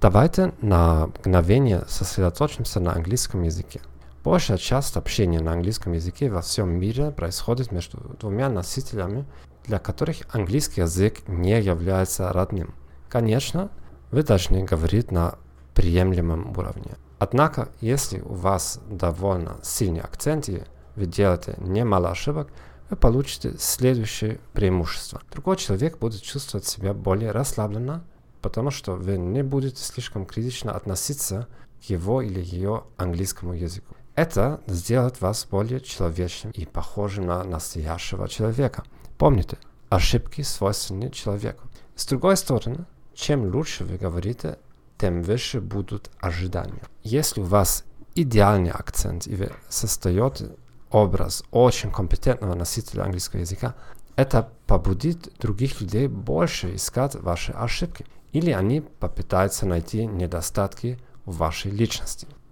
Давайте на мгновение сосредоточимся на английском языке. Большая часть общения на английском языке во всем мире происходит между двумя носителями, для которых английский язык не является родным. Конечно, вы должны говорить на приемлемом уровне. Однако, если у вас довольно сильный акцент и вы делаете немало ошибок, вы получите следующее преимущество. Другой человек будет чувствовать себя более расслабленно, потому что вы не будете слишком критично относиться к его или ее английскому языку. Это сделает вас более человечным и похожим на настоящего человека. Помните, ошибки свойственны человеку. С другой стороны, чем лучше вы говорите, тем выше будут ожидания. Если у вас идеальный акцент и вы создаете образ очень компетентного носителя английского языка, это побудит других людей больше искать ваши ошибки, или они попытаются найти недостатки в вашей личности.